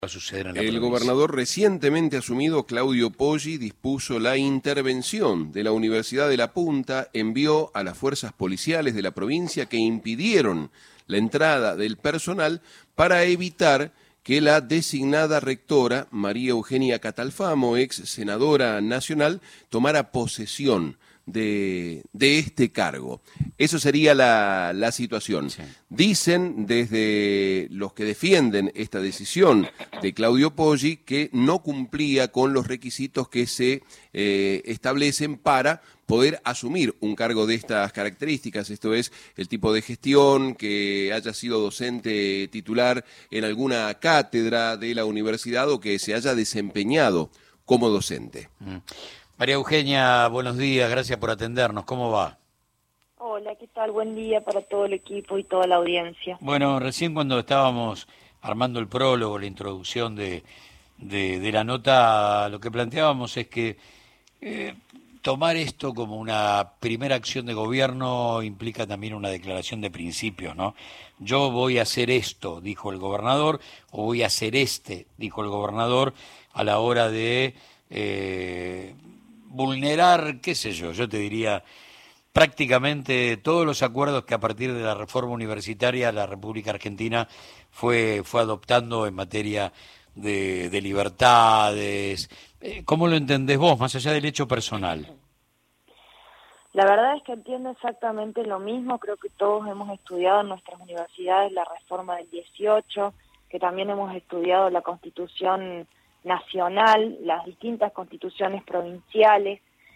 Va a suceder en la El provincia. gobernador recientemente asumido, Claudio Poggi, dispuso la intervención de la Universidad de La Punta, envió a las fuerzas policiales de la provincia que impidieron la entrada del personal para evitar que la designada rectora, María Eugenia Catalfamo, ex senadora nacional, tomara posesión de este cargo. Eso sería la situación. Sí. Dicen desde los que defienden esta decisión de Claudio Poggi que no cumplía con los requisitos que se establecen para poder asumir un cargo de estas características, esto es, el tipo de gestión, que haya sido docente titular en alguna cátedra de la universidad o que se haya desempeñado como docente. María Eugenia, buenos días, gracias por atendernos. ¿Cómo va? Hola, ¿qué tal? Buen día para todo el equipo y toda la audiencia. Bueno, recién cuando estábamos armando el prólogo, la introducción de la nota, lo que planteábamos es que tomar esto como una primera acción de gobierno implica también una declaración de principios, ¿no? Yo voy a hacer esto, dijo el gobernador, o voy a hacer dijo el gobernador, a la hora de vulnerar, qué sé yo te diría, prácticamente todos los acuerdos que a partir de la reforma universitaria la República Argentina fue adoptando en materia de libertades. ¿Cómo lo entendés vos, más allá del hecho personal? La verdad es que entiendo exactamente lo mismo. Creo que todos hemos estudiado en nuestras universidades la reforma del 18, que también hemos estudiado la Constitución Nacional, las distintas constituciones provinciales.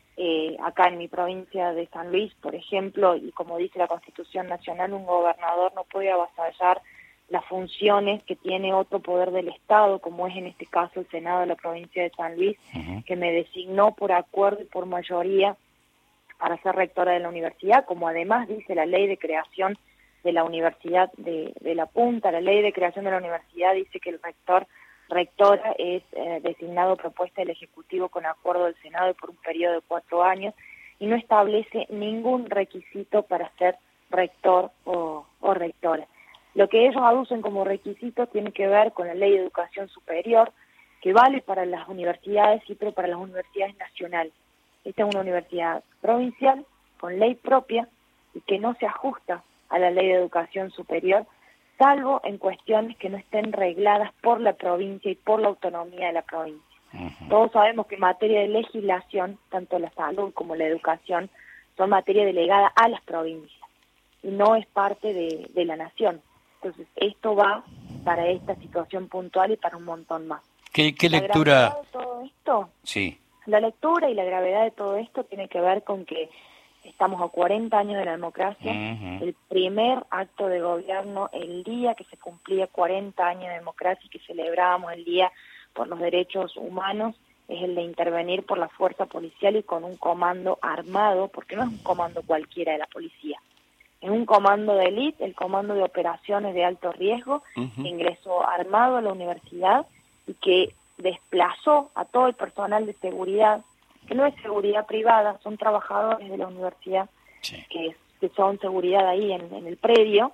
Acá en mi provincia de San Luis, por ejemplo, y como dice la Constitución Nacional, un gobernador no puede avasallar las funciones que tiene otro poder del Estado, como es en este caso el Senado de la provincia de San Luis, que me designó por acuerdo y por mayoría para ser rectora de la universidad, como además dice la ley de creación de la Universidad de La Punta. La ley de creación de la universidad dice que el rectora es designado a propuesta del Ejecutivo con acuerdo del Senado y por un periodo de 4 años, y no establece ningún requisito para ser rector o rectora. Lo que ellos aducen como requisito tiene que ver con la Ley de Educación Superior, que vale para las universidades, sí, pero para las universidades nacionales. Esta es una universidad provincial, con ley propia, y que no se ajusta a la Ley de Educación Superior, salvo en cuestiones que no estén regladas por la provincia y por la autonomía de la provincia. Todos sabemos que en materia de legislación, tanto la salud como la educación, son materia delegada a las provincias, y no es parte de la nación. Entonces, esto va para esta situación puntual y para un montón más. ¿Qué La lectura? gravedad de todo esto, Sí. la lectura y la gravedad de todo esto tiene que ver con que estamos a 40 años de la democracia. El primer acto de gobierno, el día que se cumplía 40 años de democracia y que celebrábamos el Día por los Derechos Humanos, es el de intervenir por la fuerza policial y con un comando armado, porque no es un comando cualquiera de la policía. Es un comando de élite, el comando de operaciones de alto riesgo, que ingresó armado a la universidad y que desplazó a todo el personal de seguridad, que no es seguridad privada, son trabajadores de la universidad, Sí. que son seguridad ahí en el predio,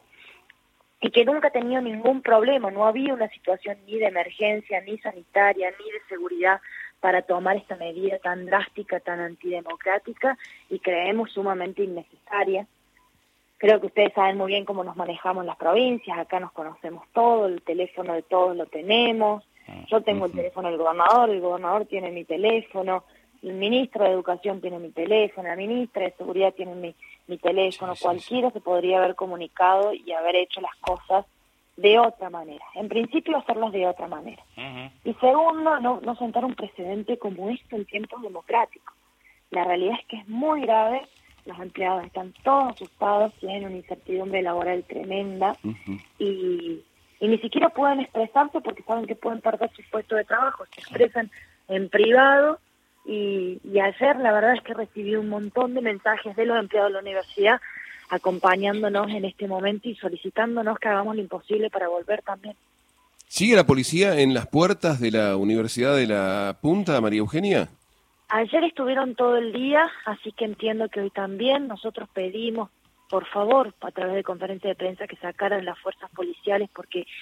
y que nunca ha tenido ningún problema. No había una situación ni de emergencia, ni sanitaria, ni de seguridad para tomar esta medida tan drástica, tan antidemocrática, y creemos sumamente innecesaria. Creo que ustedes saben muy bien cómo nos manejamos en las provincias, acá nos conocemos todos, el teléfono de todos lo tenemos, yo tengo el teléfono del gobernador, el gobernador tiene mi teléfono, el ministro de Educación tiene mi teléfono, la ministra de Seguridad tiene mi teléfono, cualquiera se podría haber comunicado y haber hecho las cosas de otra manera. En principio, hacerlas de otra manera. Y segundo, no sentar un precedente como esto en tiempos democráticos. La realidad es que es muy grave. Los empleados están todos asustados, tienen una incertidumbre laboral tremenda y ni siquiera pueden expresarse porque saben que pueden perder su puesto de trabajo. Se expresan en privado y ayer la verdad es que recibí un montón de mensajes de los empleados de la universidad acompañándonos en este momento y solicitándonos que hagamos lo imposible para volver también. ¿Sigue la policía en las puertas de la Universidad de La Punta, María Eugenia? Ayer estuvieron todo el día, así que entiendo que hoy también. Nosotros pedimos, por favor, a través de conferencia de prensa, que sacaran las fuerzas policiales porque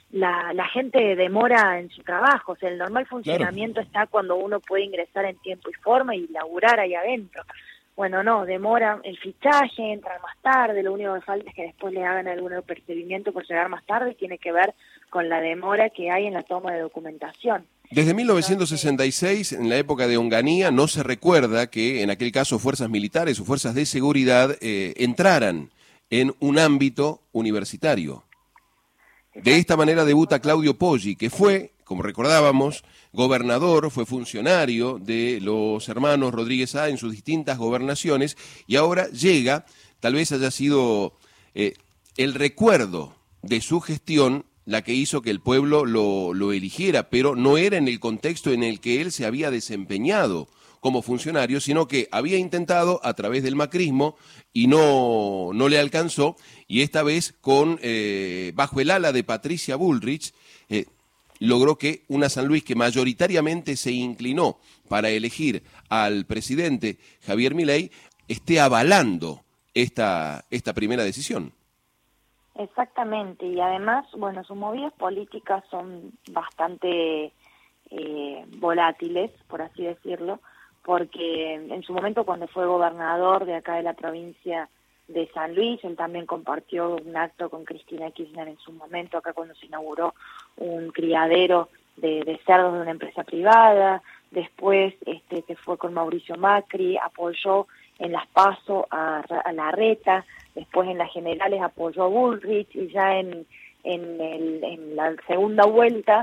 la gente demora en su trabajo. O sea, el normal funcionamiento está cuando uno puede ingresar en tiempo y forma y laburar ahí adentro. Bueno, no, demora el fichaje, entran más tarde, lo único que falta es que después le hagan algún percibimiento por llegar más tarde y tiene que ver con la demora que hay en la toma de documentación. Desde 1966, en la época de Onganía, no se recuerda que en aquel caso fuerzas militares o fuerzas de seguridad entraran en un ámbito universitario. De esta manera debuta Claudio Poggi, que fue, como recordábamos, gobernador, fue funcionario de los hermanos Rodríguez A en sus distintas gobernaciones, y ahora llega, tal vez haya sido el recuerdo de su gestión la que hizo que el pueblo lo eligiera, pero no era en el contexto en el que él se había desempeñado como funcionario, sino que había intentado a través del macrismo y no le alcanzó, y esta vez bajo el ala de Patricia Bullrich logró que una San Luis que mayoritariamente se inclinó para elegir al presidente Javier Milei esté avalando esta primera decisión. Exactamente, y además, bueno, sus movidas políticas son bastante volátiles, por así decirlo, porque en su momento cuando fue gobernador de acá de la provincia de San Luis, él también compartió un acto con Cristina Kirchner en su momento, acá cuando se inauguró un criadero de cerdos de una empresa privada. Después se fue con Mauricio Macri, apoyó en las PASO a Larreta, después en las generales apoyó a Bullrich, y ya en la segunda vuelta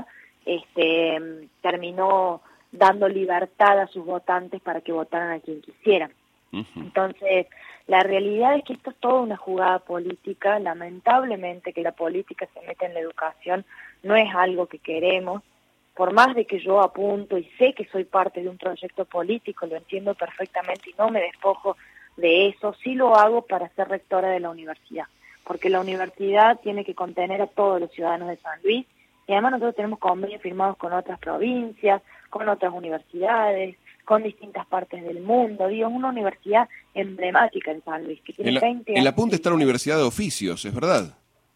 terminó dando libertad a sus votantes para que votaran a quien quisieran. Entonces, la realidad es que esto es toda una jugada política. Lamentablemente que la política se meta en la educación no es algo que queremos. Por más de que yo apunto y sé que soy parte de un proyecto político, lo entiendo perfectamente y no me despojo de eso, sí lo hago para ser rectora de la universidad, porque la universidad tiene que contener a todos los ciudadanos de San Luis, y además nosotros tenemos convenios firmados con otras provincias, con otras universidades, con distintas partes del mundo. Digo, es una universidad emblemática en San Luis, que tiene 20 años. En la punta está la Universidad de Oficios, ¿es verdad?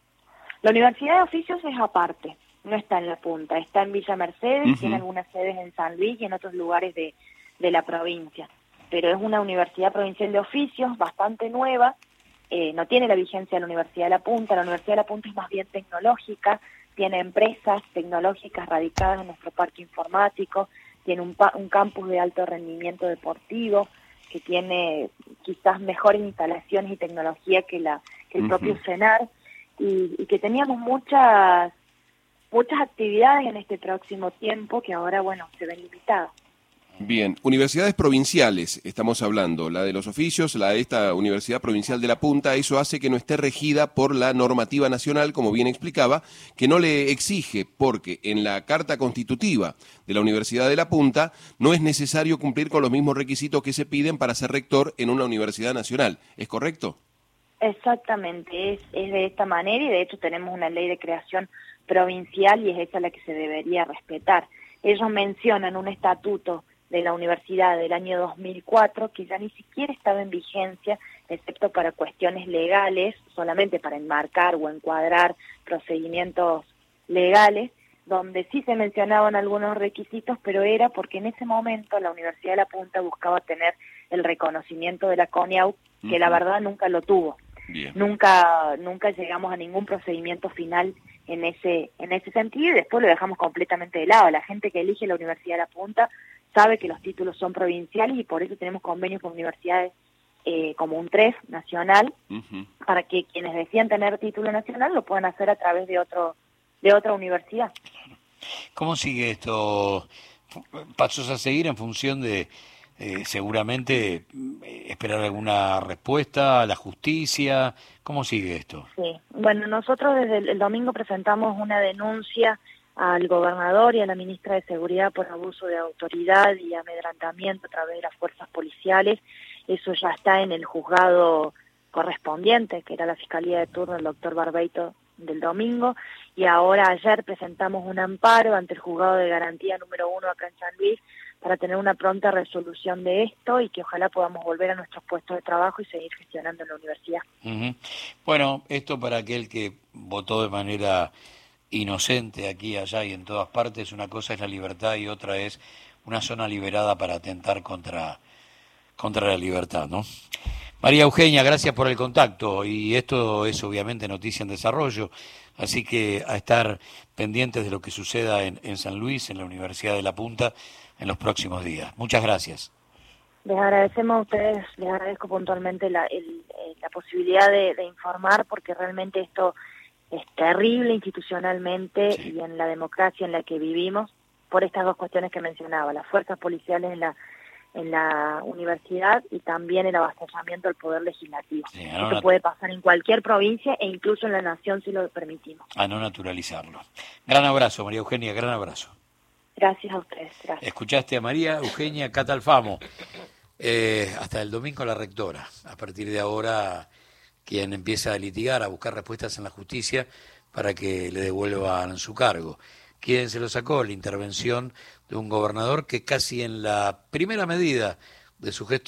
La Universidad de Oficios es aparte, no está en la punta, está en Villa Mercedes, tiene algunas sedes en San Luis y en otros lugares de la provincia, pero es una universidad provincial de oficios bastante nueva, no tiene la vigencia de la Universidad de la Punta es más bien tecnológica, tiene empresas tecnológicas radicadas en nuestro parque informático, tiene un campus de alto rendimiento deportivo, que tiene quizás mejores instalaciones y tecnología que el propio CENAR, y que teníamos muchas actividades en este próximo tiempo que ahora, bueno, se ven limitadas. Bien, universidades provinciales, estamos hablando, la de los oficios, esta Universidad Provincial de La Punta, eso hace que no esté regida por la normativa nacional, como bien explicaba, que no le exige, porque en la Carta Constitutiva de la Universidad de La Punta no es necesario cumplir con los mismos requisitos que se piden para ser rector en una universidad nacional, ¿es correcto? Exactamente, es de esta manera, y de hecho tenemos una ley de creación provincial y es esa la que se debería respetar. Ellos mencionan un estatuto de la universidad del año 2004 que ya ni siquiera estaba en vigencia, excepto para cuestiones legales, solamente para enmarcar o encuadrar procedimientos legales, donde sí se mencionaban algunos requisitos, pero era porque en ese momento la Universidad de La Punta buscaba tener el reconocimiento de la CONIAU, que la verdad nunca lo tuvo. Bien. Nunca llegamos a ningún procedimiento final en ese sentido, y después lo dejamos completamente de lado. La gente que elige la Universidad de La Punta sabe que los títulos son provinciales, y por eso tenemos convenios con universidades como UNTREF nacional, para que quienes decían tener título nacional lo puedan hacer a través de otra universidad. ¿Cómo sigue esto? ¿Pasos a seguir en función de seguramente esperar alguna respuesta a la justicia? ¿Cómo sigue esto? Sí, bueno, nosotros desde el domingo presentamos una denuncia al gobernador y a la ministra de Seguridad por abuso de autoridad y amedrantamiento a través de las fuerzas policiales. Eso ya está en el juzgado correspondiente, que era la Fiscalía de turno del doctor Barbeito del domingo, y ahora ayer presentamos un amparo ante el juzgado de garantía número 1 acá en San Luis para tener una pronta resolución de esto y que ojalá podamos volver a nuestros puestos de trabajo y seguir gestionando en la universidad. Bueno, esto para aquel que votó de manera inocente aquí, allá y en todas partes. Una cosa es la libertad y otra es una zona liberada para atentar contra la libertad, ¿no? María Eugenia, gracias por el contacto, y esto es obviamente noticia en desarrollo, así que a estar pendientes de lo que suceda en San Luis, en la Universidad de La Punta, en los próximos días. Muchas gracias. Les agradecemos a ustedes, les agradezco puntualmente la posibilidad de informar, porque realmente esto es terrible institucionalmente, sí, y en la democracia en la que vivimos, por estas dos cuestiones que mencionaba, las fuerzas policiales en la universidad y también el avasallamiento al poder legislativo. Sí, esto puede pasar en cualquier provincia e incluso en la nación si lo permitimos. A no naturalizarlo. Gran abrazo, María Eugenia, gran abrazo. Gracias a ustedes. Gracias. Escuchaste a María Eugenia Catalfamo. Hasta el domingo la rectora. A partir de ahora, quien empieza a litigar, a buscar respuestas en la justicia para que le devuelvan su cargo. ¿Quién se lo sacó? La intervención de un gobernador que casi en la primera medida de su gestión